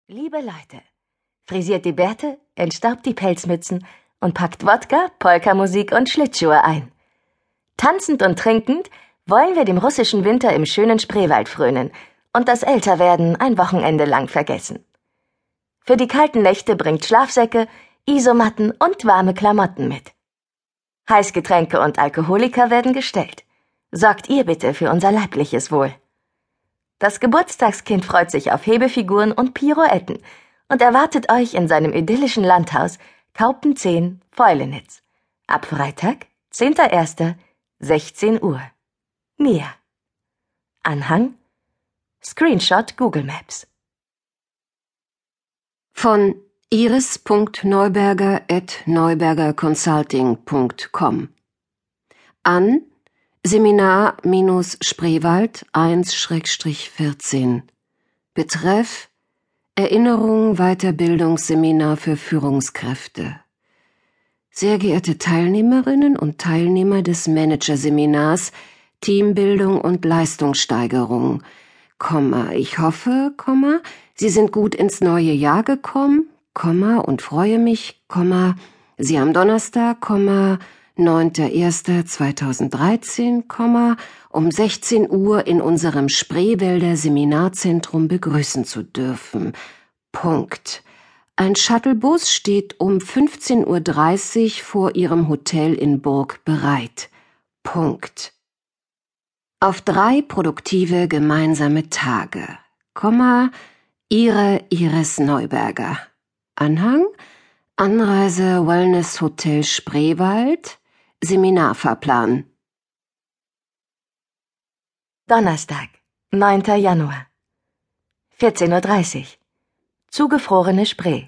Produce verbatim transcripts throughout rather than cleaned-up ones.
Liebe Leute, frisiert die Bärte, entstaubt die Pelzmützen und packt Wodka, Polkamusik und Schlittschuhe ein. Tanzend und trinkend wollen wir dem russischen Winter im schönen Spreewald frönen und das Älterwerden ein Wochenende lang vergessen. Für die kalten Nächte bringt Schlafsäcke, Isomatten und warme Klamotten mit. Heißgetränke und Alkoholiker werden gestellt. Sorgt ihr bitte für unser leibliches Wohl. Das Geburtstagskind freut sich auf Hebefiguren und Pirouetten und erwartet euch in seinem idyllischen Landhaus Kaupen zehn, Fäulenitz. Ab Freitag, zehnter erster, sechzehn Uhr. Mia. Anhang: Screenshot Google Maps. Von iris punkt neuberger at neuberger consulting punkt com an Seminar-Spreewald eins vierzehn. Betreff: Erinnerung Weiterbildungsseminar für Führungskräfte. Sehr geehrte Teilnehmerinnen und Teilnehmer des Managerseminars Teambildung und Leistungssteigerung, Komma, ich hoffe, Komma, Sie sind gut ins neue Jahr gekommen, Komma, und freue mich, Komma, Sie am Donnerstag, Komma, neunter erster zweitausenddreizehn, um sechzehn Uhr in unserem Spreewälder Seminarzentrum begrüßen zu dürfen. Punkt. Ein Shuttlebus steht um fünfzehn Uhr dreißig vor Ihrem Hotel in Burg bereit. Punkt. Auf drei produktive gemeinsame Tage, Komma, Ihre Iris Neuberger. Anhang: Anreise Wellness Hotel Spreewald, Seminarfahrplan. Donnerstag, neunter Januar. vierzehn Uhr dreißig. Zugefrorene Spree.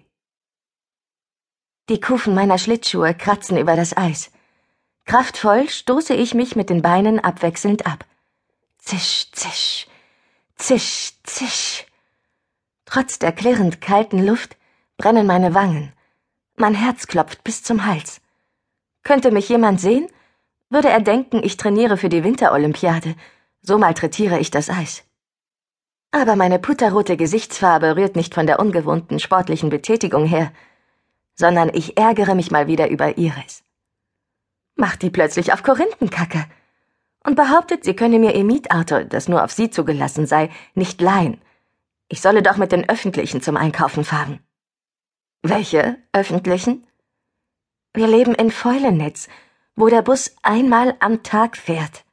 Die Kufen meiner Schlittschuhe kratzen über das Eis. Kraftvoll stoße ich mich mit den Beinen abwechselnd ab. Zisch, zisch, zisch, zisch. Trotz der klirrend kalten Luft brennen meine Wangen. Mein Herz klopft bis zum Hals. Könnte mich jemand sehen, würde er denken, ich trainiere für die Winterolympiade. So malträtiere ich das Eis. Aber meine putterrote Gesichtsfarbe rührt nicht von der ungewohnten sportlichen Betätigung her, sondern ich ärgere mich mal wieder über Iris. Macht die plötzlich auf Korinthenkacke und behauptet, sie könne mir ihr Mietauto, das nur auf sie zugelassen sei, nicht leihen. Ich solle doch mit den Öffentlichen zum Einkaufen fahren. Welche Öffentlichen? Wir leben in Fäulenitz, wo der Bus einmal am Tag fährt.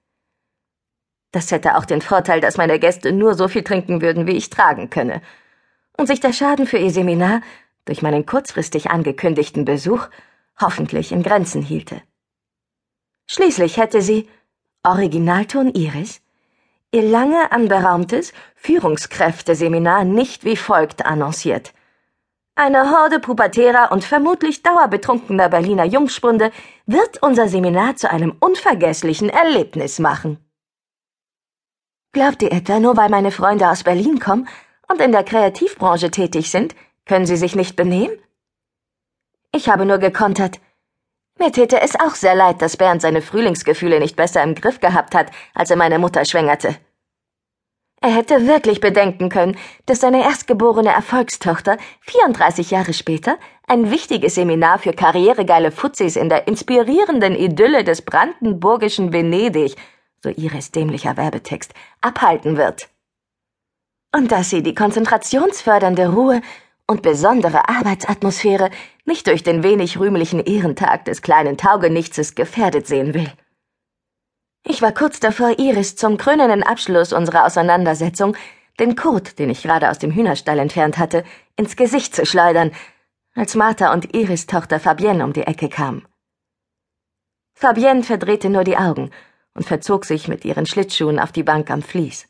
Das hätte auch den Vorteil, dass meine Gäste nur so viel trinken würden, wie ich tragen könne, und sich der Schaden für ihr Seminar durch meinen kurzfristig angekündigten Besuch hoffentlich in Grenzen hielte. Schließlich hätte sie, Originalton Iris, ihr lange anberaumtes Führungskräfteseminar nicht wie folgt annonciert: Eine Horde pubertärer und vermutlich dauerbetrunkener Berliner Jungspunde wird unser Seminar zu einem unvergesslichen Erlebnis machen. Glaubt ihr etwa, nur weil meine Freunde aus Berlin kommen und in der Kreativbranche tätig sind, können sie sich nicht benehmen? Ich habe nur gekontert: Mir täte es auch sehr leid, dass Bernd seine Frühlingsgefühle nicht besser im Griff gehabt hat, als er meine Mutter schwängerte. Er hätte wirklich bedenken können, dass seine erstgeborene Erfolgstochter vierunddreißig Jahre später ein wichtiges Seminar für karrieregeile Fuzzis in der inspirierenden Idylle des brandenburgischen Venedig, so Iris dämlicher Werbetext, abhalten wird. Und dass sie die konzentrationsfördernde Ruhe und besondere Arbeitsatmosphäre nicht durch den wenig rühmlichen Ehrentag des kleinen Taugenichtses gefährdet sehen will. Ich war kurz davor, Iris zum krönenden Abschluss unserer Auseinandersetzung den Kot, den ich gerade aus dem Hühnerstall entfernt hatte, ins Gesicht zu schleudern, als Martha und Iris' Tochter Fabienne um die Ecke kamen. Fabienne verdrehte nur die Augen und verzog sich mit ihren Schlittschuhen auf die Bank am Vlies.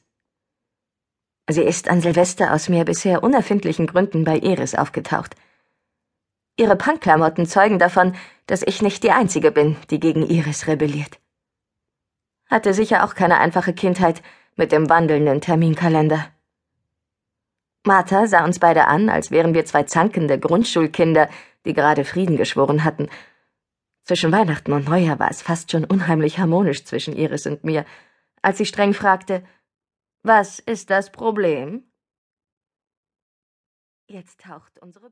Sie ist an Silvester aus mir bisher unerfindlichen Gründen bei Iris aufgetaucht. Ihre Punkklamotten zeugen davon, dass ich nicht die Einzige bin, die gegen Iris rebelliert. Hatte sicher auch keine einfache Kindheit mit dem wandelnden Terminkalender. Martha sah uns beide an, als wären wir zwei zankende Grundschulkinder, die gerade Frieden geschworen hatten. Zwischen Weihnachten und Neujahr war es fast schon unheimlich harmonisch zwischen Iris und mir, als sie streng fragte: Was ist das Problem? Jetzt taucht unsere